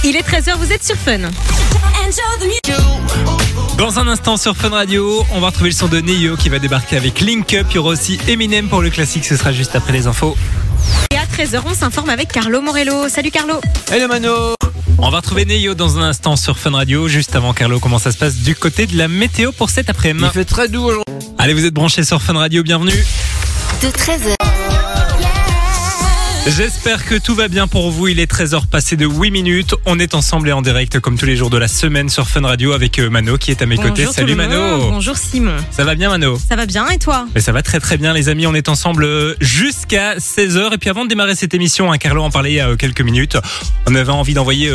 Il est 13h, vous êtes sur Fun. Dans un instant sur Fun Radio, on va retrouver le son de Neo qui va débarquer avec Link Up. Il y aura aussi Eminem pour le classique, ce sera juste après les infos. Et à 13h, on s'informe avec Carlo Morello. Salut Carlo. Hello Mano. On va retrouver Neo dans un instant sur Fun Radio. Juste avant Carlo, comment ça se passe du côté de la météo pour cet après-midi? Il fait très doux aujourd'hui. Allez, vous êtes branchés sur Fun Radio, bienvenue. De 13h. J'espère que tout va bien pour vous. Il est 13h passé de 8 minutes. On est ensemble et en direct comme tous les jours de la semaine sur Fun Radio avec Mano qui est à mes côtés. Bonjour Salut tout le monde. Mano. Bonjour Simon. Ça va bien Mano? Ça va bien et toi? Mais ça va très très bien les amis. On est ensemble jusqu'à 16h. Et puis avant de démarrer cette émission, Carlo en parlait il y a quelques minutes. On avait envie d'envoyer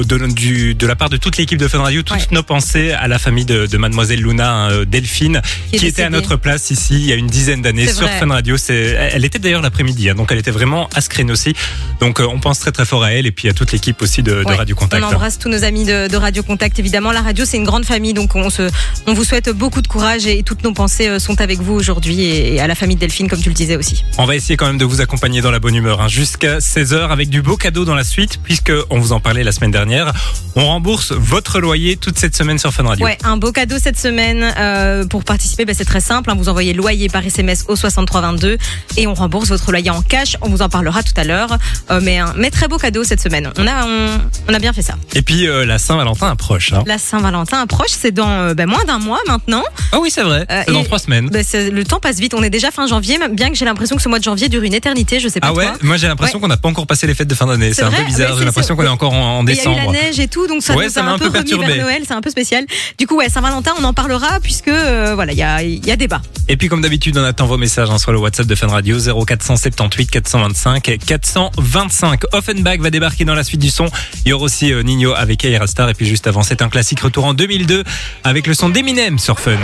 de la part de toute l'équipe de Fun Radio toutes nos pensées à la famille de Mademoiselle Luna, Delphine, qui était à notre place ici il y a une dizaine d'années sur Fun Radio. Elle était d'ailleurs l'après-midi, donc elle était vraiment à ce créneau aussi. Donc on pense très très fort à elle et puis à toute l'équipe aussi de Radio Contact. On embrasse tous nos amis de Radio Contact évidemment. La radio c'est une grande famille, donc on vous souhaite beaucoup de courage et toutes nos pensées sont avec vous aujourd'hui et à la famille de Delphine comme tu le disais aussi. On va essayer quand même de vous accompagner dans la bonne humeur jusqu'à 16h avec du beau cadeau dans la suite puisque on vous en parlait la semaine dernière. On rembourse votre loyer toute cette semaine sur Fun Radio. Ouais, un beau cadeau cette semaine pour participer, c'est très simple, vous envoyez loyer par SMS au 6322 et on rembourse votre loyer en cash. On vous en parlera tout à l'heure. Mais très beau cadeau cette semaine. On a bien fait ça. Et puis la Saint-Valentin approche. La Saint-Valentin approche, c'est dans moins d'un mois maintenant. Ah oui, c'est vrai. C'est dans 3 semaines. Le temps passe vite. On est déjà fin janvier, bien que j'ai l'impression que ce mois de janvier dure une éternité. Je sais pas. Ah ouais. Toi. Moi j'ai l'impression qu'on n'a pas encore passé les fêtes de fin d'année. C'est un peu bizarre. J'ai l'impression qu'on est encore en décembre. Il y a eu la neige et tout, donc ça nous a un peu perturbé. Vers Noël, c'est un peu spécial. Du coup, Saint-Valentin, on en parlera puisque il y a débat. Et puis comme d'habitude, on attend vos messages sur le WhatsApp de Fun Radio 0478 425 425. Offenbach va débarquer dans la suite du son. Il y aura aussi Nino avec Aerostar. Et puis juste avant, c'est un classique retour en 2002 avec le son d'Eminem sur Fun.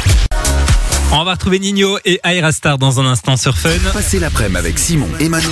On va retrouver Nino et Aerostar dans un instant sur Fun. Passez l'après-midi avec Simon et Mano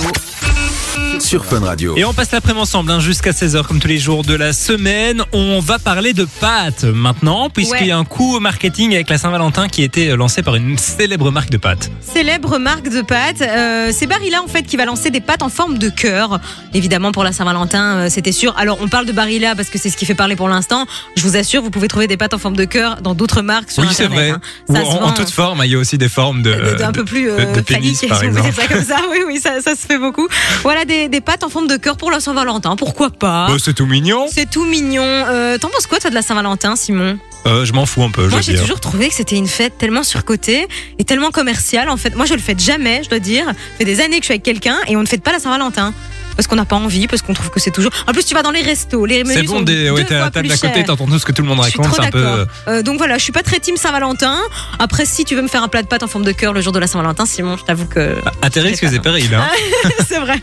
sur Fun Radio. Et on passe l'après-midi ensemble jusqu'à 16h comme tous les jours de la semaine. On va parler de pâtes maintenant puisqu'il y a un coup marketing avec la Saint-Valentin qui a été lancé par une célèbre marque de pâtes. Célèbre marque de pâtes. C'est Barilla en fait qui va lancer des pâtes en forme de cœur. Évidemment pour la Saint-Valentin, c'était sûr. Alors on parle de Barilla parce que c'est ce qui fait parler pour l'instant. Je vous assure, vous pouvez trouver des pâtes en forme de cœur dans d'autres marques sur Internet. Oui, c'est vrai. En toute forme, il y a aussi des formes un peu plus de pénis, phalliques, par si on exemple. peut dire ça comme ça. Oui, ça se fait beaucoup. Voilà des pâtes en forme de cœur pour la Saint-Valentin. Pourquoi pas? C'est tout mignon. C'est tout mignon. T'en penses quoi toi de la Saint-Valentin, Simon? Je m'en fous un peu. Moi, j'ai toujours trouvé que c'était une fête tellement surcotée et tellement commerciale. En fait, moi, je le fête jamais, je dois dire. Ça fait des années que je suis avec quelqu'un et on ne fête pas la Saint-Valentin. Parce qu'on n'a pas envie, parce qu'on trouve que c'est toujours. En plus, tu vas dans les restos, les menus sont deux fois t'es à la table d'à côté, cher. t'entends tout ce que tout le monde raconte, c'est un peu. Donc voilà, je suis pas très team Saint-Valentin. Après, si tu veux me faire un plat de pâtes en forme de cœur le jour de la Saint-Valentin, Simon, je t'avoue que. À tes risques et périls, hein. C'est vrai.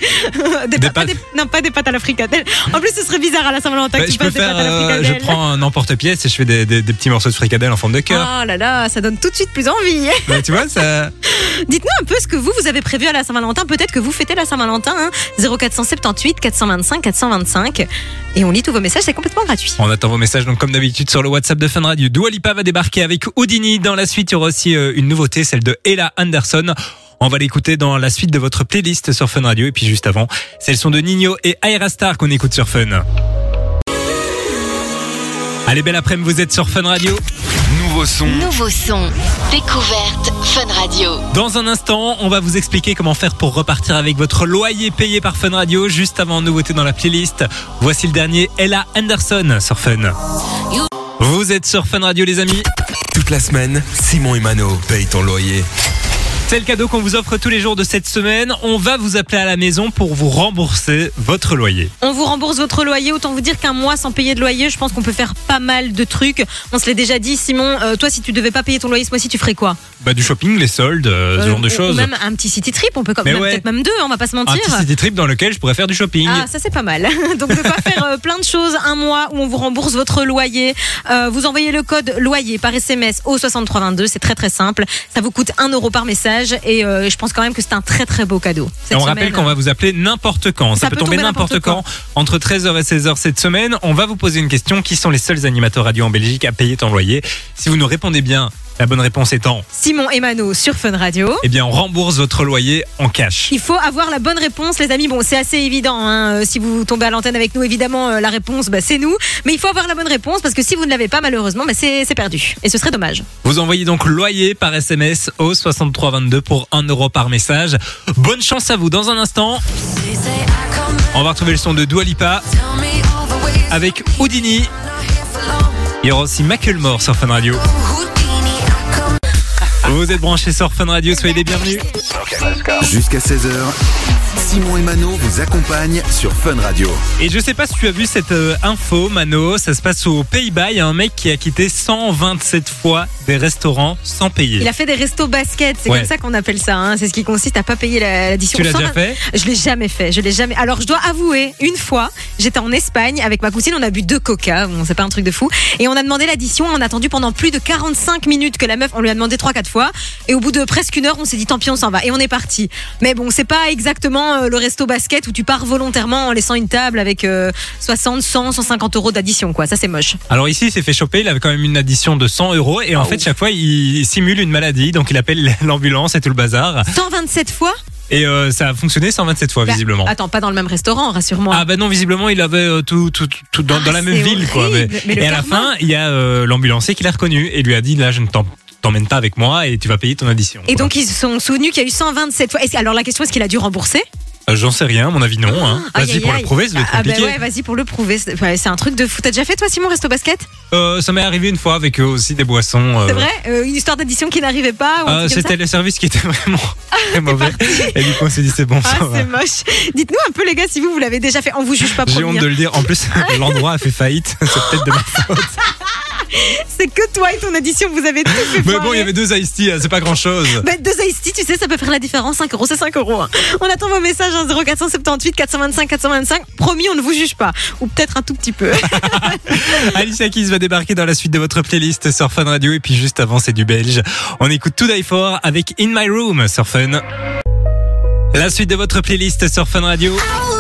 Non, pas des pâtes à la fricadelle. En plus, ce serait bizarre à la Saint-Valentin que tu fasses des pâtes à la fricadelle. Je prends un emporte-pièce et je fais des petits morceaux de fricadelle en forme de cœur. Oh là là, ça donne tout de suite plus envie. Tu vois, ça. Dites-nous un peu ce que vous avez prévu à la Saint-Valentin. Peut-être que vous fêtez la Saint-Valentin, 0478 425 425 et on lit tous vos messages, c'est complètement gratuit. On attend vos messages donc comme d'habitude sur le WhatsApp de Fun Radio. Dua Lipa va débarquer avec Houdini. Dans la suite, il y aura aussi une nouveauté, celle de Ella Anderson. On va l'écouter dans la suite de votre playlist sur Fun Radio. Et puis juste avant, c'est le son de Nino et Aerostar qu'on écoute sur Fun. Allez, belle après-midi, vous êtes sur Fun Radio. Nouveau son. Découverte Fun Radio. Dans un instant, on va vous expliquer comment faire pour repartir avec votre loyer payé par Fun Radio. Juste avant, nouveauté dans la playlist. Voici le dernier, Ella Anderson sur Fun. Vous êtes sur Fun Radio, les amis. Toute la semaine, Simon et Mano payent ton loyer. C'est le cadeau qu'on vous offre tous les jours de cette semaine. On va vous appeler à la maison pour vous rembourser votre loyer. On vous rembourse votre loyer. Autant vous dire qu'un mois sans payer de loyer, je pense qu'on peut faire pas mal de trucs. On se l'est déjà dit, Simon. Toi, si tu devais pas payer ton loyer ce mois-ci, tu ferais quoi? Du shopping, les soldes, ce genre de choses. Ou même un petit city trip. On peut peut-être même deux, on va pas se mentir. Un petit city trip dans lequel je pourrais faire du shopping. Ah, ça c'est pas mal. Donc de quoi faire plein de choses. Un mois où on vous rembourse votre loyer. Vous envoyez le code loyer par SMS au 6322. C'est très très simple. Ça vous coûte 1 € par message et je pense quand même que c'est un très très beau cadeau. Et on rappelle qu'on va vous appeler n'importe quand. Ça peut tomber n'importe quand. Entre 13h et 16h cette semaine, on va vous poser une question. Qui sont les seuls animateurs radio en Belgique à payer ton loyer? Si vous nous répondez bien, La bonne réponse étant, Simon et Mano sur Fun Radio. eh bien, on rembourse votre loyer en cash. Il faut avoir la bonne réponse, les amis. Bon, c'est assez évident. Hein. Si vous tombez à l'antenne avec nous, évidemment, la réponse, c'est nous. Mais il faut avoir la bonne réponse parce que si vous ne l'avez pas, malheureusement, c'est perdu. Et ce serait dommage. Vous envoyez donc loyer par SMS au 6322 pour 1 euro par message. Bonne chance à vous. Dans un instant, on va retrouver le son de Dua Lipa avec Houdini. Il y aura aussi Macklemore sur Fun Radio. Vous êtes branchés sur Fun Radio, soyez les bienvenus. Jusqu'à 16h, Simon et Mano vous accompagnent sur Fun Radio. Et je sais pas si tu as vu cette info, Mano, ça se passe aux Pays-Bas. Il y a un mec qui a quitté 127 fois des restaurants sans payer. Il a fait des restos basket, c'est comme ça qu'on appelle ça. Hein. C'est ce qui consiste à pas payer l'addition. Tu l'as déjà fait ? Je l'ai jamais fait, Alors je dois avouer, une fois, j'étais en Espagne avec ma cousine, on a bu 2 coca, bon c'est pas un truc de fou, et on a demandé l'addition, on a attendu pendant plus de 45 minutes que la meuf, on lui a demandé 3-4 fois, et au bout de presque 1 heure, on s'est dit tant pis on s'en va, et on est parti. Mais bon, c'est pas exactement le resto basket où tu pars volontairement en laissant une table avec 60, 100, 150 euros d'addition, quoi. Ça c'est moche. Alors ici, il s'est fait choper, il avait quand même une addition de 100 euros, et en fait, chaque fois, il simule une maladie, donc il appelle l'ambulance et tout le bazar. 127 fois ? Et ça a fonctionné 127 fois, visiblement. Attends, pas dans le même restaurant, rassure-moi. Ah bah non, visiblement, il avait tout dans la même ville, quoi. Mais et à la fin, il y a l'ambulancier qui l'a reconnu et lui a dit, là, je ne t'emmène pas avec moi et tu vas payer ton addition. Et donc, ils se sont souvenus qu'il y a eu 127 fois. Alors, la question, est-ce qu'il a dû rembourser ? J'en sais rien, à mon avis non. Hein. Vas-y pour le prouver, ça doit être compliqué. Ouais, vas-y pour le prouver. C'est un truc de fou. T'as déjà fait toi, Simon, resto basket ? Ça m'est arrivé une fois avec aussi des boissons. C'est vrai ? Une histoire d'addition qui n'arrivait pas ? C'était le service qui était vraiment très mauvais. Et du coup, on s'est dit c'est bon. Ah, c'est moche. Dites-nous un peu les gars si vous l'avez déjà fait. On vous juge pas. J'ai honte de le dire. En plus, l'endroit a fait faillite. C'est peut-être de ma faute. C'est que toi et ton addition, vous avez tout fait. Mais bon, il y avait 2 iced tea, c'est pas grand chose. 2 iced tea, tu sais, ça peut faire la différence. 5 euros, c'est 5 euros. Hein. On attend vos messages 0478 425 425. Promis, on ne vous juge pas. Ou peut-être un tout petit peu. Alicia Keys va débarquer dans la suite de votre playlist sur Fun Radio. Et puis juste avant, c'est du belge. On écoute To Die For avec In My Room sur Fun. La suite de votre playlist sur Fun Radio.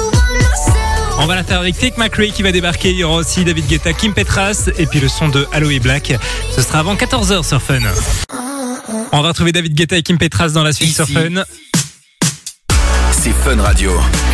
On va la faire avec Tate McRae qui va débarquer. Il y aura aussi David Guetta, Kim Petras et puis le son de Aloe Black. Ce sera avant 14h sur Fun. On va retrouver David Guetta et Kim Petras dans la suite Ici, sur Fun. C'est Fun Radio.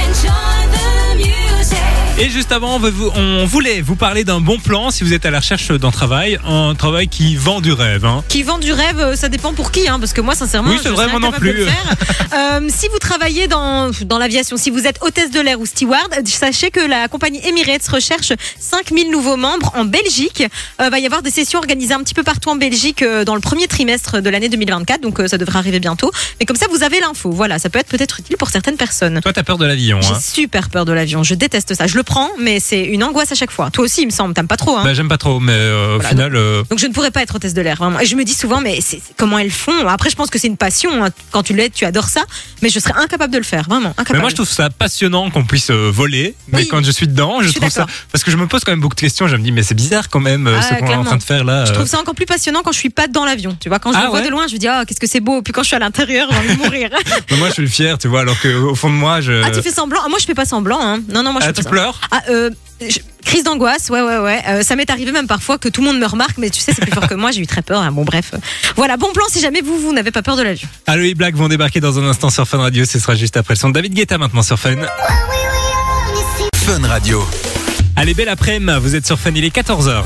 Et juste avant, on voulait vous parler d'un bon plan si vous êtes à la recherche d'un travail. Un travail qui vend du rêve. Hein. Qui vend du rêve, ça dépend pour qui. Hein, parce que moi, sincèrement, oui, c'est vrai, moi non plus. Si vous travaillez dans l'aviation, si vous êtes hôtesse de l'air ou steward, sachez que la compagnie Emirates recherche 5000 nouveaux membres en Belgique. Va y avoir des sessions organisées un petit peu partout en Belgique dans le premier trimestre de l'année 2024. Donc ça devrait arriver bientôt. Mais comme ça, vous avez l'info. Voilà, ça peut être peut-être utile pour certaines personnes. Toi, t'as peur de l'avion. J'ai hein. super peur de l'avion. Je déteste ça. Je le prends, mais c'est une angoisse à chaque fois. Toi aussi, il me semble. T'aimes pas trop, hein ? Bah, j'aime pas trop, mais au final. Donc je ne pourrais pas être hôtesse de l'air, vraiment. Et je me dis souvent, mais comment elles font ? Après, je pense que c'est une passion. Hein. Quand tu l'es, tu adores ça. Mais je serais incapable de le faire, vraiment. Incapable. Mais moi, je trouve ça passionnant qu'on puisse voler. Mais quand je suis dedans, je trouve ça. Parce que je me pose quand même beaucoup de questions. Je me dis, mais c'est bizarre quand même ce qu'on est en train de faire là. Je trouve ça encore plus passionnant quand je suis pas dans l'avion. Tu vois, quand je le vois de loin, je me dis, qu'est-ce que c'est beau. Puis quand je suis à l'intérieur, j'ai envie de mourir. Mais moi, je suis fier, tu vois, alors qu'au fond de moi, Ah, tu fais semblant ? Moi, je fais pas semblant. Hein. Non, moi, je fais tu pas pleures ? Crise d'angoisse, ouais. Ça m'est arrivé même parfois que tout le monde me remarque, mais tu sais, c'est plus fort que moi, j'ai eu très peur. Hein. Bon, bref. Voilà, bon plan si jamais vous n'avez pas peur de l'avion. Aloe et Black vont débarquer dans un instant sur Fun Radio. Ce sera juste après le son de David Guetta maintenant sur Fun. Fun Radio. Allez, belle après-midi, vous êtes sur Fun, il est 14h.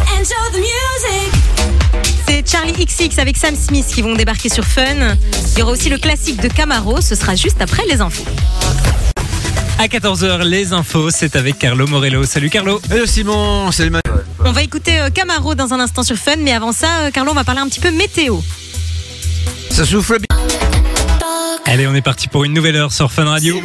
C'est Charlie XX avec Sam Smith qui vont débarquer sur Fun. Il y aura aussi le classique de Camaro, ce sera juste après les infos. À 14h, les infos, c'est avec Carlo Morello. Salut Carlo. Hello Simon, salut Manu. On va écouter Camaro dans un instant sur Fun, mais avant ça, Carlo, on va parler un petit peu météo. Ça souffle bien. Allez, on est parti pour une nouvelle heure sur Fun Radio.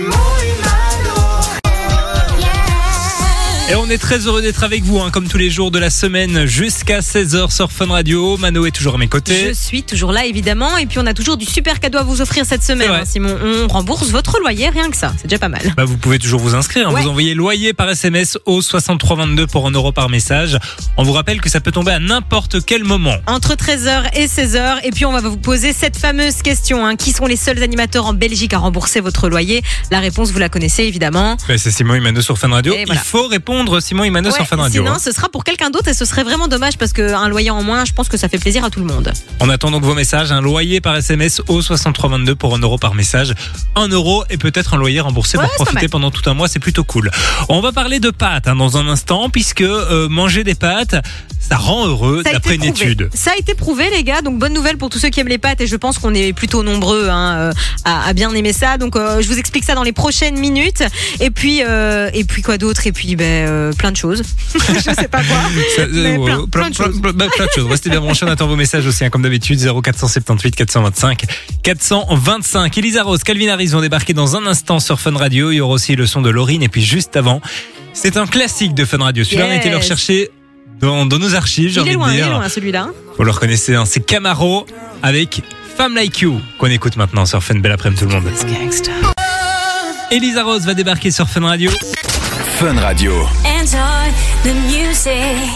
Et on est très heureux d'être avec vous, comme tous les jours de la semaine, jusqu'à 16h sur Fun Radio. Mano est toujours à mes côtés. Je suis toujours là, évidemment. Et puis, on a toujours du super cadeau à vous offrir cette semaine, Simon. On rembourse votre loyer, rien que ça. C'est déjà pas mal. Bah, vous pouvez toujours vous inscrire. Vous envoyez loyer par SMS au 6322 pour 1 euro par message. On vous rappelle que ça peut tomber à n'importe quel moment. Entre 13h et 16h. Et puis, on va vous poser cette fameuse question. Qui sont les seuls animateurs en Belgique à rembourser votre loyer ? La réponse, vous la connaissez, évidemment. Bah, c'est Simon et Mano sur Fun Radio. Il faut répondre répondre, Simon et Mano sur Fun Radio. Sinon, ce sera pour quelqu'un d'autre et ce serait vraiment dommage parce qu'un loyer en moins, je pense que ça fait plaisir à tout le monde. On attend donc vos messages. Un loyer par SMS au 6322 pour 1 euro par message. 1 euro et peut-être un loyer remboursé pour profiter pendant tout un mois. C'est plutôt cool. On va parler de pâtes dans un instant puisque manger des pâtes, ça rend heureux d'après une étude. Ça a été prouvé, les gars. Donc bonne nouvelle pour tous ceux qui aiment les pâtes et je pense qu'on est plutôt nombreux à bien aimer ça. Donc je vous explique ça dans les prochaines minutes. Et puis quoi d'autre? Et puis plein de choses. Je sais pas quoi. Plein de choses. Restez bien branchés. On attend vos messages aussi, comme d'habitude. 0478 425 425. Elisa Rose, Calvin Harris vont débarquer dans un instant sur Fun Radio. Il y aura aussi le son de Laurine. Et puis juste avant, c'est un classique de Fun Radio. Celui-là, on a été le rechercher dans nos archives, j'ai envie de dire. Il est loin, celui-là. Vous le reconnaissez, c'est Camaro avec Femme Like You qu'on écoute maintenant sur Fun. Belle après-midi tout le monde. Elisa Rose va débarquer sur Fun Radio. Fun Radio. Enjoy the music.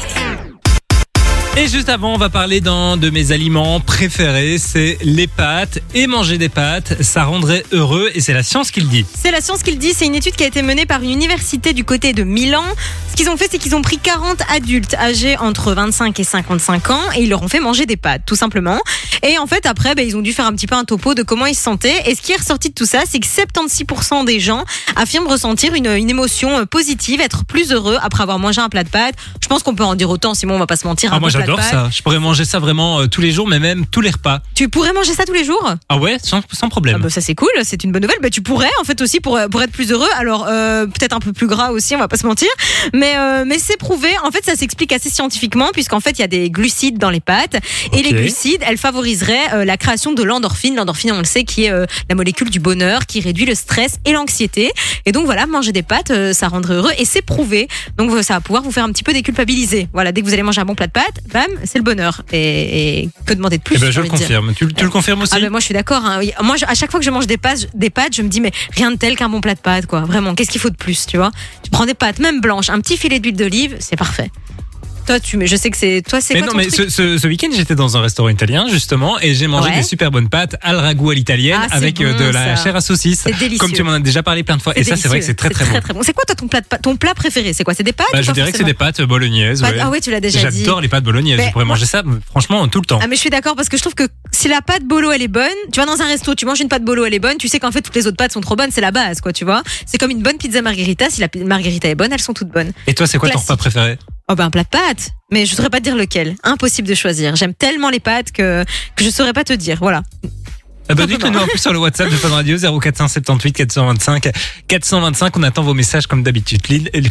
Et juste avant, on va parler d'un de mes aliments préférés, c'est les pâtes. Et manger des pâtes, ça rendrait heureux et c'est la science qui le dit. C'est la science qui le dit, c'est une étude qui a été menée par une université du côté de Milan. Ce qu'ils ont fait, c'est qu'ils ont pris 40 adultes âgés entre 25 et 55 ans et ils leur ont fait manger des pâtes, tout simplement. Et en fait, après, ils ont dû faire un petit peu un topo de comment ils se sentaient. Et ce qui est ressorti de tout ça, c'est que 76% des gens affirment ressentir une émotion positive, être plus heureux après avoir mangé un plat de pâtes. Je pense qu'on peut en dire autant, Simon, on va pas se mentir. Moi j'adore ça, je pourrais manger ça vraiment tous les jours, mais même tous les repas. Tu pourrais manger ça tous les jours? Ah ouais, sans problème. Ça c'est cool, c'est une bonne nouvelle. Tu pourrais en fait aussi pour être plus heureux. Alors peut-être un peu plus gras aussi, on va pas se mentir. Mais c'est prouvé, en fait ça s'explique assez scientifiquement puisqu'en fait il y a des glucides dans les pâtes. Et les glucides, elles favoriseraient la création de l'endorphine. L'endorphine, on le sait, qui est la molécule du bonheur, qui réduit le stress et l'anxiété. Et donc voilà, manger des pâtes, ça rendrait heureux et c'est prouvé. Donc ça va pouvoir vous faire un petit peu déculpabiliser. Voilà, dès que vous allez manger un bon plat de pâtes, bam, c'est le bonheur. Et que demander de plus? Je le confirme. Tu le confirmes aussi? Moi je suis d'accord. Moi, à chaque fois que je mange des pâtes, je me dis mais rien de tel qu'un bon plat de pâtes, quoi. Vraiment, qu'est-ce qu'il faut de plus, tu vois? Tu prends des pâtes, même blanches, un petit filet d'huile d'olive, c'est parfait. Mais je sais que c'est toi, c'est mais quoi non, ton mais truc? ce week-end j'étais dans un restaurant italien justement et j'ai mangé des super bonnes pâtes al ragout à l'italienne avec de la chair à saucisse. C'est délicieux. Comme tu m'en as déjà parlé plein de fois. Et ça, c'est vrai que c'est très bon. C'est quoi toi ton plat préféré? C'est quoi? C'est des pâtes? Je dirais que c'est des pâtes bolognaises. Ah ouais, tu l'as déjà dit. J'adore les pâtes bolognaises. Je pourrais manger ça franchement tout le temps. Ah mais je suis d'accord parce que je trouve que si la pâte bolo elle est bonne, tu vas dans un resto, tu manges une pâte bolo elle est bonne, tu sais qu'en fait toutes les autres pâtes sont trop bonnes, c'est la base, quoi, tu vois. C'est comme une bonne pizza margherita, si la margherita est bonne, elles sont toutes bonnes. Et toi, c'est quoi ton repas préféré? Un plat de pâtes. Mais je ne saurais pas te dire lequel. Impossible de choisir. J'aime tellement les pâtes que je ne saurais pas te dire. Voilà. Dites-le nous en plus sur le WhatsApp de Fun Radio 0478 425 425. On attend vos messages comme d'habitude.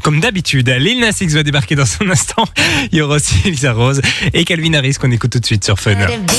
Lil Nas X va débarquer dans un instant. Il y aura aussi Elisa Rose et Calvin Harris qu'on écoute tout de suite sur Fun.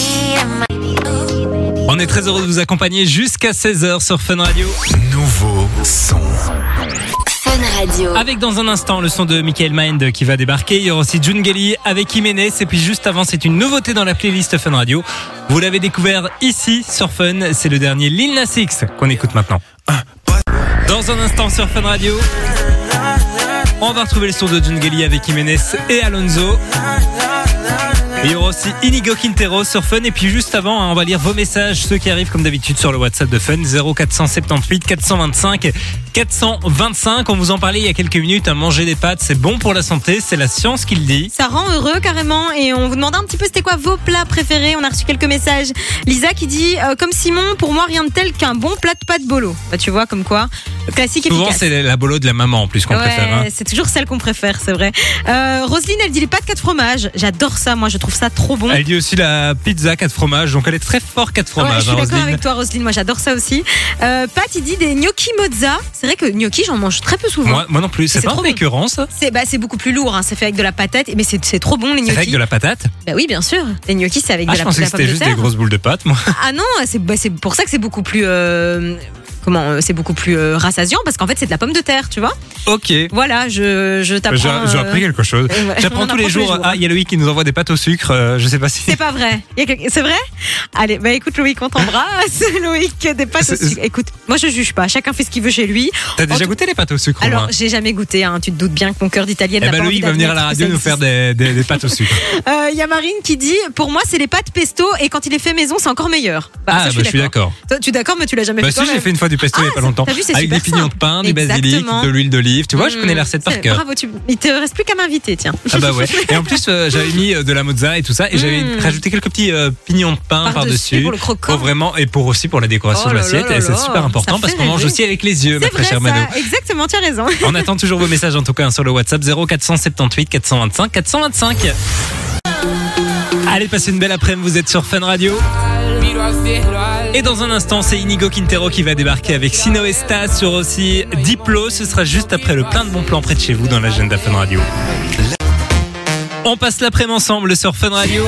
On est très heureux de vous accompagner jusqu'à 16h sur Fun Radio. Nouveau son. Radio. Avec dans un instant le son de Michael Mind qui va débarquer. Il y aura aussi June Gelly avec Jiménez. Et puis juste avant, c'est une nouveauté dans la playlist Fun Radio. Vous l'avez découvert ici sur Fun. C'est le dernier Lil Nas X qu'on écoute maintenant. Dans un instant sur Fun Radio, on va retrouver le son de June Gelly avec Jiménez et Alonso. Et il y aura aussi Inigo Quintero sur Fun. Et puis juste avant, on va lire vos messages, ceux qui arrivent comme d'habitude sur le WhatsApp de Fun 0478 425 425. On vous en parlait il y a quelques minutes. Manger des pâtes, c'est bon pour la santé. C'est la science qui le dit. Ça rend heureux carrément. Et on vous demandait un petit peu c'était quoi vos plats préférés. On a reçu quelques messages. Lisa qui dit comme Simon, pour moi rien de tel qu'un bon plat de pâtes bolo. Tu vois comme quoi, classique et souvent efficace. C'est la bolo de la maman en plus qu'on préfère. C'est toujours celle qu'on préfère, c'est vrai. Roselyne, elle dit les pâtes 4 fromages. J'adore ça, moi je trouve ça trop bon. Elle dit aussi la pizza 4 fromages, donc elle est très fort 4 fromages. Je suis d'accord avec toi, Roselyne, moi j'adore ça aussi. Pat, il dit des gnocchi mozza. C'est vrai que gnocchi, j'en mange très peu souvent. Moi non plus, c'est pas un peu écœurant ça? C'est beaucoup plus lourd, hein. C'est fait avec de la patate, mais c'est trop bon les gnocchis. C'est fait avec de la patate? Oui, bien sûr. Les gnocchis, c'est avec de la patate. Je pensais que c'était juste des grosses boules de pâte, moi. Ah non, c'est pour ça que c'est beaucoup plus. C'est beaucoup plus rassasiant parce qu'en fait c'est de la pomme de terre, tu vois. Ok. Voilà, je t'apprends. J'ai appris quelque chose. J'apprends tous les jours. Il y a Loïc qui nous envoie des pâtes au sucre. Je sais pas si. C'est pas vrai. C'est vrai? Allez, écoute Loïc, on t'embrasse. Loïc, des pâtes au sucre. Écoute, moi je juge pas. Chacun fait ce qu'il veut chez lui. T'as déjà goûté les pâtes au sucre? Alors j'ai jamais goûté. Hein. Tu te doutes bien que mon cœur d'italienne n'a pas envie Loïc va venir à la radio nous faire des pâtes au sucre. Il y a Marine qui dit pour moi c'est les pâtes pesto et quand il est fait maison c'est encore meilleur. Je suis d'accord. Toi, tu es d'accord mais tu l'as jamais fait toi-même. Si, j'ai fait une fois du pesto il y a pas longtemps. T'as vu, c'est avec super des pignons de pain, du basilic, Exactement. de l'huile d'olive. Tu vois, je connais la recette par cœur. Bravo, il te reste plus qu'à m'inviter, tiens. Ah bah ouais. Et en plus, j'avais mis de la mozza et tout ça, et j'avais rajouté quelques petits pignons de pain par-dessus. Pour le croquant. Vraiment, et pour aussi pour la décoration Oh de là l'assiette. là Et c'est là. super important Ça parce fait qu'on mange rêver. aussi avec les yeux, ma C'est très vrai chère Mano. ça, exactement, tu as raison. On attend toujours vos messages en tout cas sur le WhatsApp 0478 425 425. Allez, passez une belle après-midi, vous êtes sur Fun Radio. Et dans un instant, c'est Inigo Quintero qui va débarquer avec Sino et Stas sur aussi Diplo. Ce sera juste après le plein de bons plans près de chez vous dans l'agenda Fun Radio. On passe l'après-midi ensemble sur Fun Radio.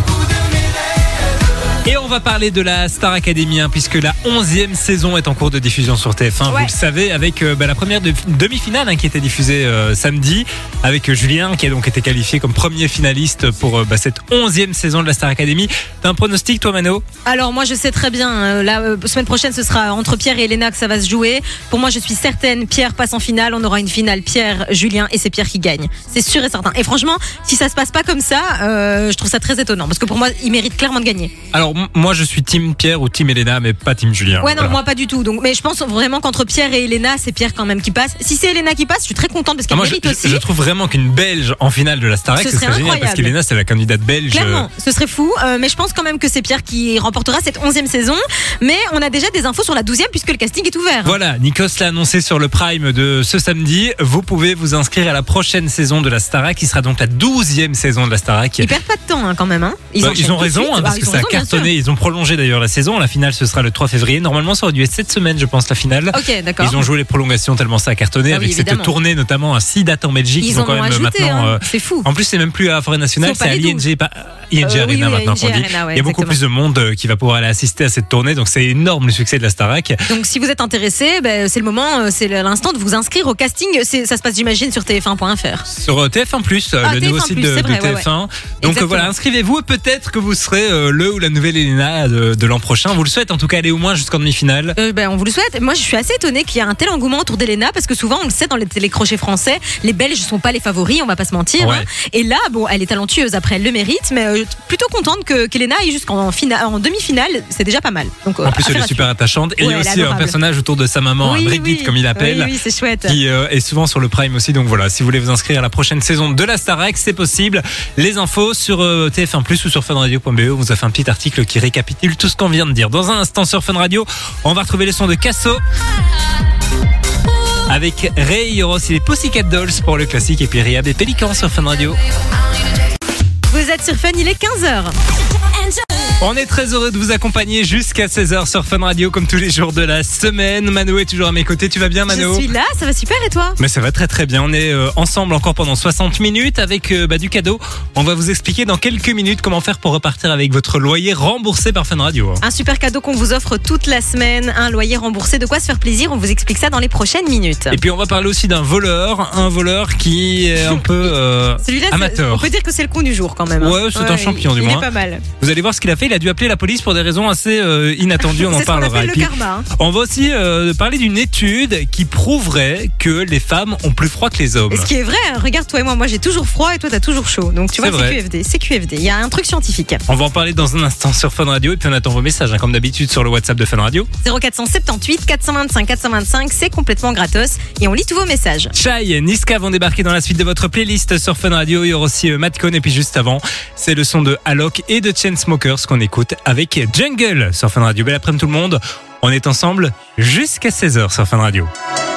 Et on va parler de la Star Academy, puisque la 11e saison est en cours de diffusion sur TF1. Ouais. Vous le savez, avec la première demi-finale qui était diffusée samedi, avec Julien qui a donc été qualifié comme premier finaliste pour cette 11e saison de la Star Academy. T'as un pronostic, toi, Mano? Alors moi je sais très bien, la semaine prochaine ce sera entre Pierre et Elena que ça va se jouer. Pour moi je suis certaine, Pierre passe en finale, on aura une finale Pierre, Julien et c'est Pierre qui gagne. C'est sûr et certain. Et franchement, si ça se passe pas comme ça, je trouve ça très étonnant parce que pour moi il mérite clairement de gagner. Alors, moi, je suis team Pierre ou team Elena, mais pas team Julien. Ouais non, Voilà. moi pas du tout. Donc, mais je pense vraiment qu'entre Pierre et Elena, c'est Pierre quand même qui passe. Si c'est Elena qui passe, je suis très contente parce qu'elle Moi, mérite aussi. je trouve vraiment qu'une Belge en finale de la Starac, Ce ce serait serait génial parce incroyable. qu'Elena, c'est la candidate belge. Clairement, ce serait fou, mais je pense quand même que c'est Pierre qui remportera cette 11e saison. Mais on a déjà des infos sur la 12e puisque le casting est ouvert. Voilà, Nikos l'a annoncé sur le Prime de ce samedi. Vous pouvez vous inscrire à la prochaine saison de la Starac, qui sera donc la 12e saison de la Starac. Ils perdent pas de temps quand même. Ils enchaînent ont tout de raison, suite. parce Ils que ont ça a raison, bien sûr. cartonné. Ils ont prolongé d'ailleurs la saison. La finale, ce sera le 3 février. Normalement, ça aurait dû être cette semaine, je pense, la finale. Ok, d'accord. Ils ont joué les prolongations tellement ça a cartonné, Ah oui, avec cette évidemment. tournée notamment à 6 dates en Belgique. Ils ont en quand ont même ajouté, maintenant. hein. C'est fou. En plus, c'est même plus à Forêt Nationale, C'est au c'est à Palais l'ING, d'Où. pas ING Arena oui, maintenant ING qu'on dit. Arena, ouais, Il y a beaucoup exactement. plus de monde qui va pouvoir aller assister à cette tournée, donc c'est énorme le succès de la Starac. Donc si vous êtes intéressé, c'est le moment, c'est l'instant de vous inscrire au casting. Ça se passe j'imagine sur tf1.fr. Sur TF1+, Ah, le nouveau TF1+, site de c'est vrai, TF1. ouais. Donc Exactement. voilà, inscrivez-vous et peut-être que vous serez le ou la nouvelle Elena de l'an prochain. On vous le souhaite en tout cas, aller au moins jusqu'en demi-finale. On vous le souhaite. Moi, je suis assez étonnée qu'il y ait un tel engouement autour d'Elena parce que souvent, on le sait dans les télécrochets français, les Belges sont pas les favoris, on va pas se mentir. Ouais. Hein. Et là, bon, elle est talentueuse après, elle le mérite, mais plutôt contente qu'Elena aille jusqu'en en demi-finale, c'est déjà pas mal. Donc, En plus, elle affaire est à super attachante. Et il y Ouais, a elle est aussi un adorable. personnage autour de sa maman, suivre. Brigitte, comme il l'appelle. Oui, c'est chouette. Qui est souvent sur le Prime aussi. Donc voilà, si vous voulez vous inscrire à la prochaine saison de la Starac, c'est possible. Les infos sur TF1+ ou sur funradio.be. On vous a fait un petit article qui récapitule tout ce qu'on vient de dire. Dans un instant sur Fun Radio, on va retrouver les sons de Casso. Avec Ray, il y aura aussi les Pussycat Dolls pour le classique. Et puis Riab et Pélican sur Fun Radio. Vous êtes sur Fun, il est 15h. On est très heureux de vous accompagner jusqu'à 16h sur Fun Radio comme tous les jours de la semaine. Mano est toujours à mes côtés. Tu vas bien, Mano? Je suis là, ça va super et toi? Mais ça va très très bien. On est ensemble encore pendant 60 minutes avec du cadeau. On va vous expliquer dans quelques minutes comment faire pour repartir avec votre loyer remboursé par Fun Radio. Un super cadeau qu'on vous offre toute la semaine, un loyer remboursé. De quoi se faire plaisir? On vous explique ça dans les prochaines minutes. Et puis on va parler aussi d'un voleur. Un voleur qui est un peu Celui-là, amateur. on peut dire que c'est le con du jour quand même. hein. Ouais, c'est un champion, du il moins. est pas mal. Vous allez voir ce qu'il a fait. Il a dû appeler la police pour des raisons assez inattendues. On en C'est ce qu'on parlera. appelle Et le puis, karma. hein. on va aussi parler d'une étude qui prouverait que les femmes ont plus froid que les hommes. Et ce qui est vrai, hein, regarde toi et moi j'ai toujours froid et toi t'as toujours chaud. Donc tu vois, C'est vrai. c'est QFD. Il y a un truc scientifique. On va en parler dans un instant sur Fun Radio et puis on attend vos messages comme d'habitude sur le WhatsApp de Fun Radio. 0478 425 425, c'est complètement gratos et on lit tous vos messages. Chai, Niska vont débarquer dans la suite de votre playlist sur Fun Radio. Il y aura aussi Matt Cohn et puis juste avant, c'est le son de Alok et de Chainsmokers qu'on écoute avec Jungle sur Fun Radio. Belle après-midi tout le monde. On est ensemble jusqu'à 16h sur Fun Radio.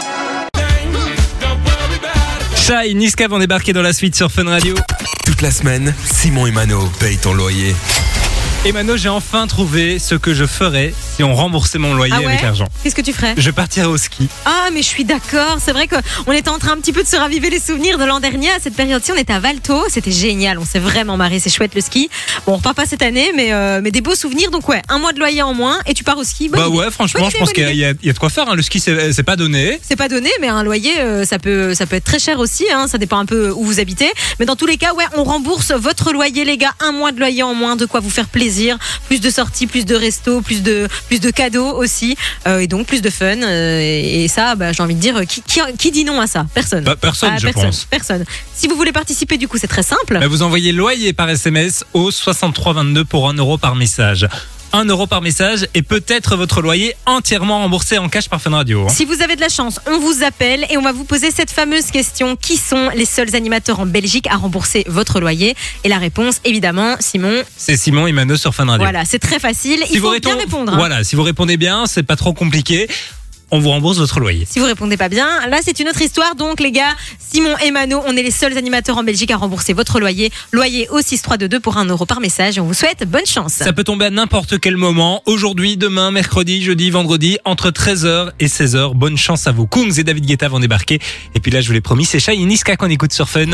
Chai, Niska vont débarquer dans la suite sur Fun Radio. Toute la semaine, Simon et Mano payent ton loyer. Et Mano, j'ai enfin trouvé ce que je ferais si on remboursait mon loyer Ah ouais avec l'argent. Qu'est-ce que tu ferais? Je partirais au ski. Ah mais je suis d'accord, c'est vrai qu'on était en train un petit peu de se raviver les souvenirs de l'an dernier. À cette période-ci, on était à Valto, c'était génial, on s'est vraiment marré, c'est chouette le ski. Bon, on repart pas cette année, mais des beaux souvenirs. Donc ouais, un mois de loyer en moins et tu pars au ski. Bonne Bah idée. ouais, franchement, Bonne je idée, pense bonne qu'il y a de quoi faire. Hein. Le ski, c'est pas donné. C'est pas donné, mais un loyer, ça peut être très cher aussi. Hein, ça dépend un peu où vous habitez. Mais dans tous les cas, ouais, on rembourse votre loyer, les gars. Un mois de loyer en moins, de quoi vous faire plaisir. Plus de sorties, plus de restos, plus de cadeaux aussi. Et donc plus de fun. Et ça, bah, j'ai envie de dire, qui dit non à ça? Personne. Bah, personne, je pense. Personne. Si vous voulez participer, du coup, c'est très simple. Bah, vous envoyez loyer par SMS au 6322 pour 1 euro par message. 1 euro par message et peut-être votre loyer entièrement remboursé en cash par Fun Radio. Si vous avez de la chance, on vous appelle et on va vous poser cette fameuse question. Qui sont les seuls animateurs en Belgique à rembourser votre loyer? Et la réponse, évidemment, Simon. C'est Simon et Mano sur Fun Radio. Voilà, c'est très facile. Il faut bien répondre. Voilà, si vous répondez bien, c'est pas trop compliqué. On vous rembourse votre loyer. Si vous répondez pas bien, là c'est une autre histoire. Donc les gars, Simon et Mano, on est les seuls animateurs en Belgique à rembourser votre loyer. Loyer au 6322 pour 1 euro par message. Et on vous souhaite bonne chance. Ça peut tomber à n'importe quel moment. Aujourd'hui, demain, mercredi, jeudi, vendredi, entre 13h et 16h. Bonne chance à vous. Kungs et David Guetta vont débarquer. Et puis là, je vous l'ai promis, c'est Shai et Niska qu'on écoute sur Fun.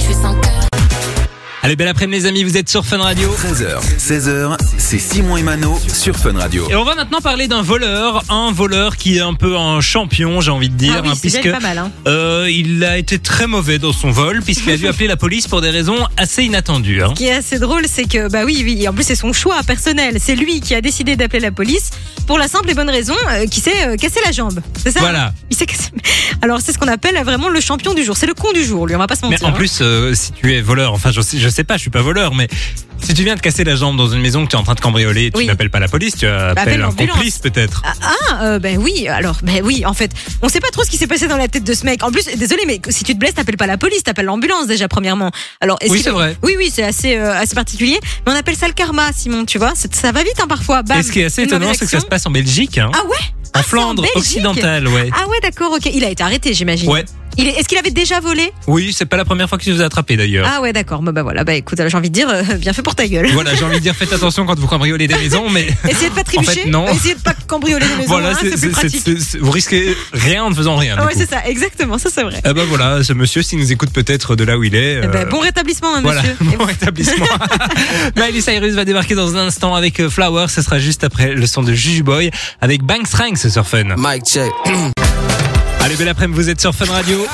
Allez, belle après-midi les amis, vous êtes sur Fun Radio. 13h, 16h, c'est Simon et Mano sur Fun Radio. Et on va maintenant parler d'un voleur. Un voleur qui est un peu un champion, j'ai envie de dire. Ah oui, c'est puisque bien pas mal, hein. Il a été très mauvais dans son vol, puisqu'il a dû appeler la police pour des raisons assez inattendues. Hein. Ce qui est assez drôle, c'est que, bah oui, en plus c'est son choix personnel. C'est lui qui a décidé d'appeler la police pour la simple et bonne raison qu'il s'est cassé la jambe. C'est ça? Voilà. Il s'est cassé. Alors c'est ce qu'on appelle vraiment le champion du jour. C'est le con du jour, lui, on va pas se mentir. Mais en plus, si tu es voleur, enfin je sais pas, je suis pas voleur, mais si tu viens de casser la jambe dans une maison que tu es en train de cambrioler, tu n'appelles pas la police, tu appelles un complice peut-être. Ben oui, alors, ben oui, en fait, on sait pas trop ce qui s'est passé dans la tête de ce mec. En plus, désolé, mais si tu te blesses, t'appelles pas la police, t'appelles l'ambulance déjà premièrement. Alors, oui, c'est vrai. Oui, c'est assez particulier, mais on appelle ça le karma, Simon, tu vois, ça va vite hein, parfois. Bam, et ce qui est assez étonnant, c'est que ça se passe en Belgique. Hein. Ah ouais? En Flandre occidentale, ouais. Ah ouais, d'accord, ok. Il a été arrêté, j'imagine. Ouais. Est-ce qu'il avait déjà volé? Oui, c'est pas la première fois qu'il se faisait attraper d'ailleurs. Ah ouais, d'accord. Bah voilà, bah écoute, j'ai envie de dire, bien fait pour ta gueule. Voilà, j'ai envie de dire, faites attention quand vous cambriolez des maisons, mais. Essayez de pas trébucher. En fait, non. Essayez de pas cambrioler des maisons. Voilà, hein, c'est plus pratique. vous risquez rien en ne faisant rien. Ouais, c'est ça, exactement, ça c'est vrai. Eh ben voilà, ce monsieur, s'il nous écoute peut-être de là où il est. Bon rétablissement, hein, voilà, monsieur. Bon rétablissement. Miley Cyrus va débarquer dans un instant avec Flower. Ce sera juste après le son de Juju Boy avec Banks Ranks sur Fun. Mic check. Allez, belle après-midi, vous êtes sur Fun Radio.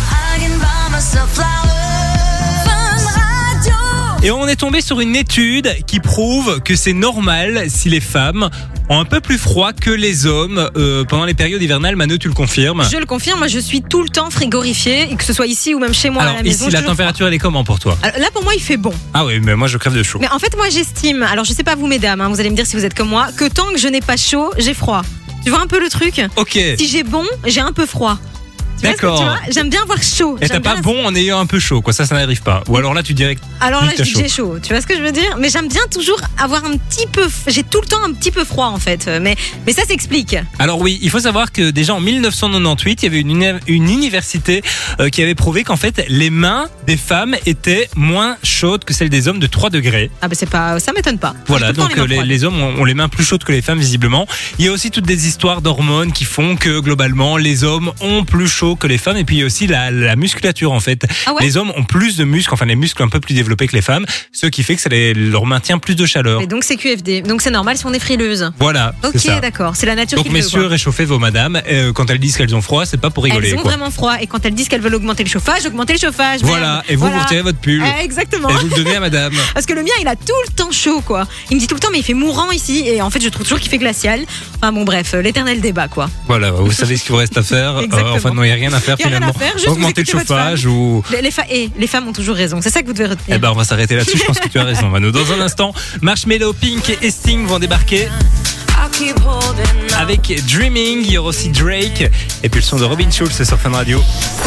Et on est tombé sur une étude qui prouve que c'est normal si les femmes ont un peu plus froid que les hommes pendant les périodes hivernales. Mano, tu le confirmes? Je le confirme, moi je suis tout le temps frigorifiée, et que ce soit ici ou même chez moi. Alors, à la maison. Ici, la température, elle est comment pour toi? Alors, là, pour moi, il fait bon. Ah oui, mais moi je crève de chaud. Mais en fait, moi j'estime, alors je sais pas vous mesdames, hein, vous allez me dire si vous êtes comme moi, que tant que je n'ai pas chaud, j'ai froid. Tu vois un peu le truc? Ok. Si j'ai bon, j'ai un peu froid. D'accord. J'aime bien avoir chaud. Et t'as pas bon en ayant un peu chaud, quoi. Ça n'arrive pas. Ou alors là, tu dirais que. Alors là, je dis que chaud. j'ai chaud. Tu vois ce que je veux dire? Mais j'aime bien toujours avoir un petit peu. J'ai tout le temps un petit peu froid, en fait. Mais ça s'explique. Alors oui, il faut savoir que déjà en 1998, il y avait une université qui avait prouvé qu'en fait, les mains des femmes étaient moins chaudes que celles des hommes de 3 degrés. Ah, bah ça m'étonne pas. Voilà, donc les hommes ont les mains plus chaudes que les femmes, visiblement. Il y a aussi toutes des histoires d'hormones qui font que globalement, les hommes ont plus chaud que les femmes. Et puis il y a aussi la musculature, en fait. Ah ouais? Les hommes ont plus de muscles, enfin les muscles un peu plus développés que les femmes, ce qui fait que ça leur maintient plus de chaleur. Et donc c'est QFD. Donc c'est normal si on est frileuse. Voilà. Ok, c'est ça. d'accord. C'est la nature Donc qui le veut. messieurs, réchauffez vos madames. Quand elles disent qu'elles ont froid, c'est pas pour rigoler. Elles ont quoi. vraiment froid. Et quand elles disent qu'elles veulent augmenter le chauffage, augmentez le chauffage. Voilà. merde. Et vous retirez votre pull. Exactement. Et vous le donnez à madame. Parce que le mien, il a tout le temps chaud, quoi. Il me dit tout le temps, mais il fait mourant ici. Et en fait, je trouve toujours qu'il fait glacial. Enfin bon, bref, l'éternel débat, quoi. Voilà, vous savez ce qu'il vous reste à faire. Exactement. Enfin, non, il n'y a rien à faire Il y a rien finalement. à faire, juste Augmenter le vous écoutez votre chauffage ou. Les femmes ont toujours raison. C'est ça que vous devez retenir. Eh ben, on va s'arrêter là-dessus. Je pense que tu as raison, Mano. Dans un instant, Marshmello, Pink et Sting vont débarquer. Avec Dreaming, il y aura aussi Drake. Et puis le son de Robin Schulz sur Fun Radio.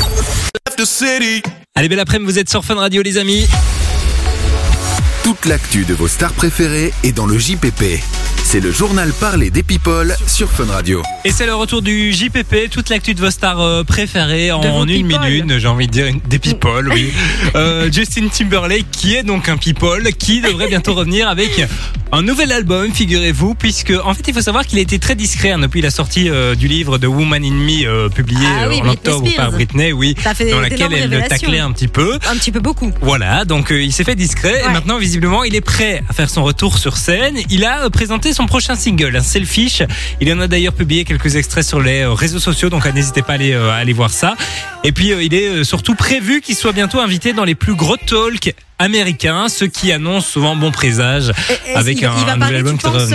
Allez, belle après-midi, vous êtes sur Fun Radio, les amis. Toute l'actu de vos stars préférées est dans le JPP. C'est le journal parlé des people sur Fun Radio. Et c'est le retour du JPP, toute l'actu de vos stars préférées en une minute, j'ai envie de dire des people, oui. Justin Timberlake, qui est donc un people, qui devrait bientôt revenir avec un nouvel album, figurez-vous, puisque en fait il faut savoir qu'il a été très discret depuis la sortie du livre The Woman in Me, publié en octobre par Britney, oui, dans laquelle elle le taclait un petit peu. Un petit peu beaucoup. Voilà, donc il s'est fait discret et maintenant visiblement il est prêt à faire son retour sur scène. Il a présenté son prochain single, un Selfish. Il en a d'ailleurs publié quelques extraits sur les réseaux sociaux, donc n'hésitez pas à aller voir ça. Et puis il est surtout prévu qu'il soit bientôt invité dans les plus gros talks américains, ce qui annonce souvent bon présage avec un nouvel album qui devrait revenir.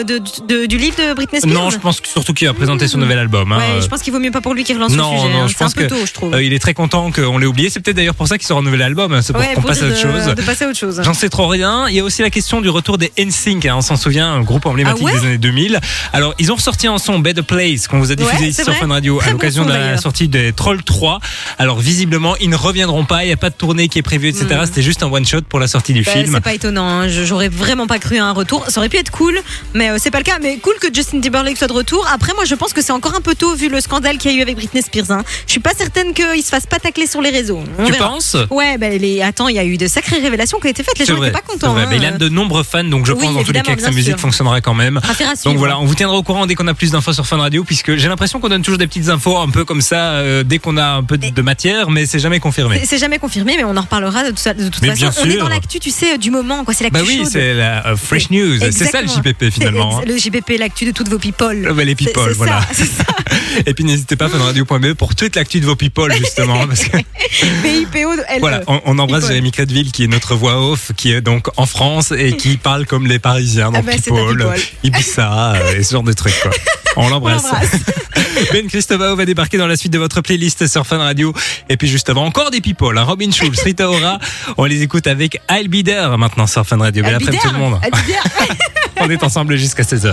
du livre de Britney Spears? Non, je pense surtout qu'il va présenter son nouvel album. Hein. Ouais, je pense qu'il vaut mieux pas pour lui qu'il relance le sujet. Non, je C'est un pense peu que tôt, je trouve. il est très content qu'on l'ait oublié. C'est peut-être d'ailleurs pour ça qu'il sort un nouvel album. C'est pour qu'on passe à autre chose. De passer à autre chose. J'en sais trop rien. Il y a aussi la question du retour des NSYNC. On s'en souvient, un groupe emblématique des années 2000. Alors, ils ont ressorti un son Better Place qu'on vous a diffusé ici sur Fun Radio à l'occasion de la sortie des Trolls 3. Alors, visiblement, ils ne reviendront pas. Il n'y a pas de tournée qui est prévue, etc. C'était juste un one shot pour la sortie du film. C'est pas étonnant. Hein. J'aurais vraiment pas cru à un retour. Ça aurait pu être cool, mais c'est pas le cas. Mais cool que Justin Timberlake soit de retour. Après, moi, je pense que c'est encore un peu tôt vu le scandale qu'il y a eu avec Britney Spears. Hein. Je suis pas certaine qu'il se fasse pas tacler sur les réseaux. Tu penses? Ouais, attends, il y a eu de sacrées révélations qui ont été faites. Les gens n'étaient pas contents. Hein. Mais il y a de nombreux fans, donc je pense dans tous les cas que sa musique fonctionnera quand même. Donc voilà, on vous tiendra au courant dès qu'on a plus d'infos sur Fun Radio, puisque j'ai l'impression qu'on donne toujours des petites infos un peu comme ça dès qu'on a un peu de matière, mais c'est jamais confirmé. C'est jamais confirmé, mais on en reparlera de toute façon. On est dans l'actu, tu sais, du moment, quoi. C'est l'actu chaude. Bah oui, c'est la fresh news. C'est ça le JPP finalement. Le JPP, l'actu de toutes vos people. Les people, voilà. C'est ça. Et puis n'hésitez pas funradio.be pour toute l'actu de vos people justement. Parce que... PIPO. Voilà, on embrasse Jérémy Crédville qui est notre voix off, qui est donc en France et qui parle comme les Parisiens, donc people, Ibiza et ce genre de trucs quoi. On l'embrasse. Ben Christovao va débarquer dans la suite de votre playlist sur Fun Radio. Et puis juste avant, encore des people. Robin Schulz, Rita Ora. On les écoute avec I'll Be There maintenant sur Fun Radio. Belle après-midi tout le monde. On est ensemble jusqu'à 16h.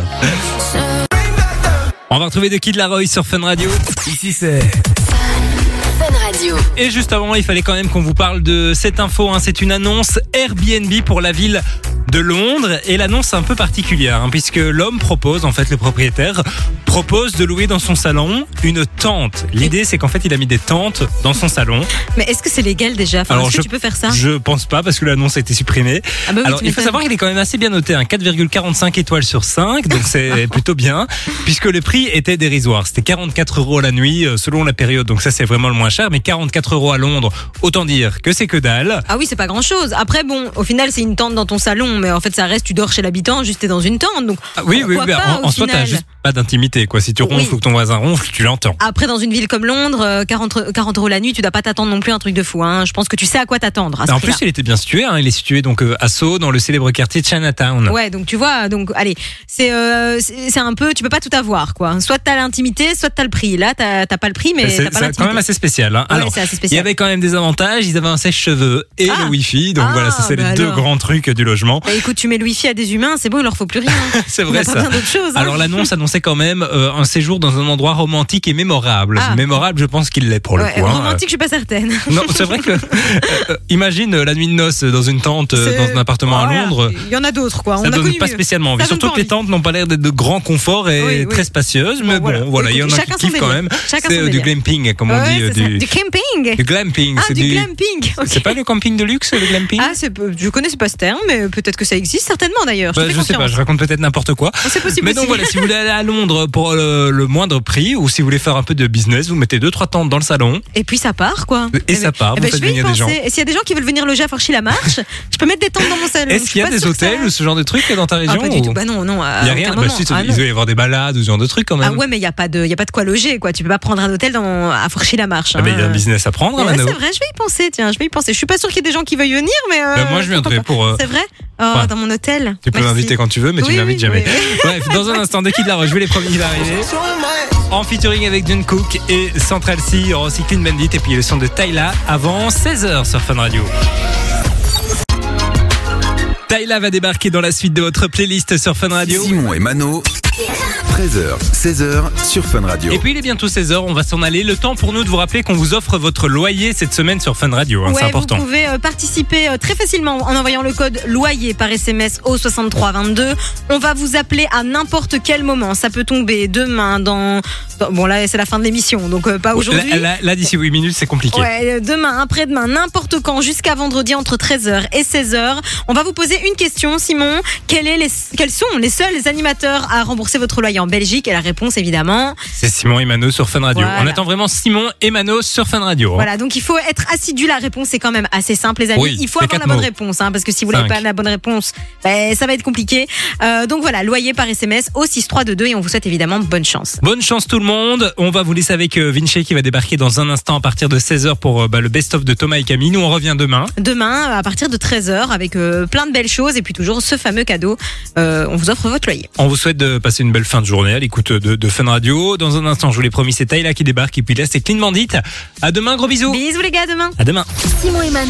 On va retrouver The Kid Laroi sur Fun Radio. Ici c'est Fun Radio. Et juste avant, il fallait quand même qu'on vous parle de cette info. C'est une annonce Airbnb pour la ville de Londres. Et l'annonce est un peu particulière, puisque l'homme propose, en fait le propriétaire, propose de louer dans son salon une tente. L'idée, c'est qu'en fait, il a mis des tentes dans son salon. Mais est-ce que c'est légal déjà? Est-ce que tu peux faire ça? Je pense pas, parce que l'annonce a été supprimée. Oui, alors, il faut savoir qu'il est quand même assez bien noté, 4,45 étoiles sur 5, donc c'est plutôt bien, puisque le prix était dérisoire. C'était 44 € la nuit, selon la période, donc ça c'est vraiment le moins cher, mais 44 € à Londres, autant dire que c'est que dalle. Ah oui, c'est pas grand-chose. Après, bon, au final, c'est une tente dans ton salon, mais en fait, ça reste, tu dors chez l'habitant, juste t'es dans une tente, donc. Oui, en soi, t'as juste pas d'intimité, quoi. Si tu ronfles ou que ton voisin ronfle, tu l'entends. Après, dans une ville comme Londres, 40 € la nuit, tu dois pas t'attendre non plus un truc de fou. Je pense que tu sais à quoi t'attendre. En plus, il était bien situé. Il est situé donc à Sceaux, dans le célèbre quartier de Chinatown. Ouais, donc tu vois, allez, c'est un peu, tu peux pas tout avoir, quoi. Soit t'as l'intimité, soit t'as le prix. Là, t'as pas le prix, mais t'as pas l'intimité. C'est quand même assez spécial. Alors, c'est assez spécial. Il y avait quand même des avantages. Ils avaient un sèche-cheveux et le Wi-Fi. Donc voilà, ça c'est les deux grands trucs du logement. Bah écoute, tu mets le Wi-Fi à des humains, c'est bon, il leur faut plus rien. C'est vrai, ça. Pas besoin d'autre chose. Alors l'annonce annonçait quand même un séjour dans un endroit romantique et mémorable. Mémorable, je pense qu'il l'est pour le coup. Romantique, je suis pas certaine. Non, c'est vrai que imagine la nuit de noces dans une tente dans un appartement à Londres. Il y en a d'autres, quoi. Ça donne pas spécialement envie. Surtout que les tentes n'ont pas l'air d'être de grand confort et très spacieuses, mais bon, voilà, il y en a qui kiffent quand même. C'est du glamping, comme on dit. Du camping. Du glamping. Ah, du glamping. C'est pas le camping de luxe, le glamping? Je connaissais pas ce terme, mais peut-être que ça existe, certainement d'ailleurs. Je sais pas, je raconte peut-être n'importe quoi. C'est possible. Mais donc voilà, si vous voulez aller à Londres pour le moindre prix, ou si vous voulez faire un peu de business, vous mettez 2-3 tentes dans le salon. Et puis ça part, quoi. Et ça part, vous faites venir des gens. Et s'il y a des gens qui veulent venir loger à Forchy-la-Marche, je peux mettre des tentes dans mon salon. Est-ce qu'il y a des hôtels ou ce genre de trucs dans ta région? Pas du tout. Bah non. Il y a rien. Il doit y avoir des balades ou ce genre de trucs quand même. Ah ouais, mais il y a pas de quoi loger, quoi. Tu peux pas prendre un hôtel à Forchy-la-Marche. Mais il y a un business à prendre, Mano. C'est vrai, je vais y penser. Tiens, je suis pas sûre qu'il y ait des gens qui veuillent venir, mais. Moi, je viendrai pour. C'est vrai. Dans mon hôtel. Tu peux m'inviter quand tu veux, mais tu m'invites jamais. Bref, dans un instant, The Kid Laroi, je vais les premiers qui va arriver. En featuring avec Jungkook et Central C, il y aura aussi Clean Bandit et puis le son de Tyla avant 16h sur Fun Radio. Tyla va débarquer dans la suite de votre playlist sur Fun Radio. Simon et Mano. 13h, 16h sur Fun Radio. Et puis il est bientôt 16h, on va s'en aller. Le temps pour nous de vous rappeler qu'on vous offre votre loyer cette semaine sur Fun Radio, c'est important. Vous pouvez participer très facilement en envoyant le code loyer par SMS au 6322. On va vous appeler à n'importe quel moment. Ça peut tomber demain bon là c'est la fin de l'émission, donc pas aujourd'hui. Là d'ici 8 minutes c'est compliqué. Ouais, demain, après-demain, n'importe quand, jusqu'à vendredi entre 13h et 16h. On va vous poser une question, Simon. Quels sont les seuls animateurs à rembourser votre loyer en Belgique. Et la réponse, évidemment. C'est Simon et Mano sur Fun Radio. Voilà. On attend vraiment Simon et Mano sur Fun Radio. hein. Voilà, donc il faut être assidu. La réponse est quand même assez simple, les amis. Oui, il faut c'est avoir la 4 bonne mots. réponse, hein, parce que si vous n'avez 5. pas la bonne réponse, ça va être compliqué. Donc voilà, loyer par SMS au 6322 et on vous souhaite évidemment bonne chance. Bonne chance tout le monde. On va vous laisser avec Vinci qui va débarquer dans un instant à partir de 16h pour le best-of de Thomas et Camille. Nous, on revient demain. Demain, à partir de 13h, avec plein de belles choses et puis toujours ce fameux cadeau. On vous offre votre loyer. On vous souhaite de passer une belle fin de journée à l'écoute de Fun Radio. Dans un instant, je vous l'ai promis, c'est Tayla qui débarque. Et puis là, c'est Clean Bandit. À demain, gros bisous. Bisous les gars, à demain. À demain. Simon et Mano.